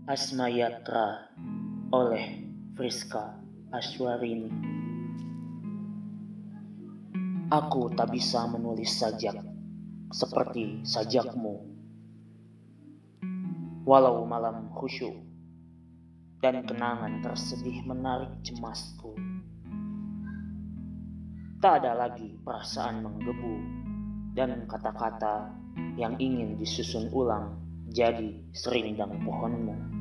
Asma Yatra oleh Friska Aswarini. Aku tak bisa menulis sajak seperti sajakmu, walau malam khusyuk dan kenangan tersedih menarik cemasku. Tak ada lagi perasaan menggebu dan kata-kata yang ingin disusun ulang jadi serindang pohonmu.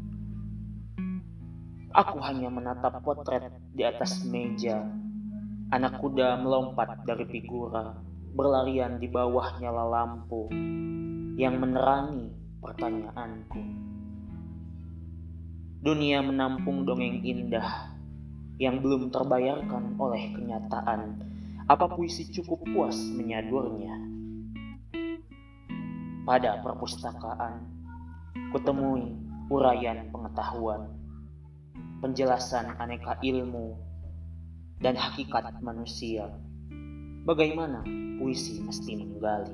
Aku hanya menatap potret di atas meja. Anak kuda melompat dari figura, berlarian di bawah nyala lampu yang menerangi pertanyaanku. Dunia menampung dongeng indah yang belum terbayarkan oleh kenyataan. Apa puisi cukup puas menyadurnya? Pada perpustakaan, kutemui uraian pengetahuan, penjelasan aneka ilmu, dan hakikat manusia. Bagaimana puisi mesti menggali.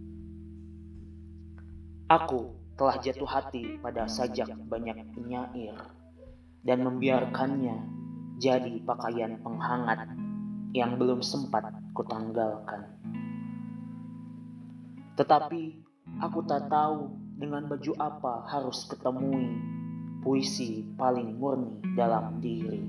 Aku telah jatuh hati pada sajak banyak penyair dan membiarkannya jadi pakaian penghangat yang belum sempat kutanggalkan. Tetapi aku tak tahu dengan baju apa harus ketemui puisi paling murni dalam diri.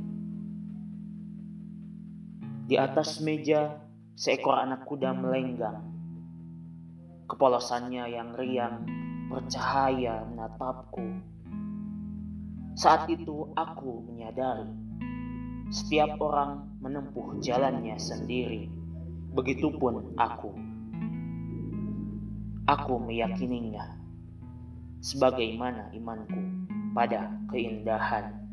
Di atas meja, seekor anak kuda melenggang. Kepolosannya yang riang bercahaya menatapku. Saat itu aku menyadari, setiap orang menempuh jalannya sendiri. Begitupun aku. Aku meyakininya, sebagaimana imanku pada keindahan.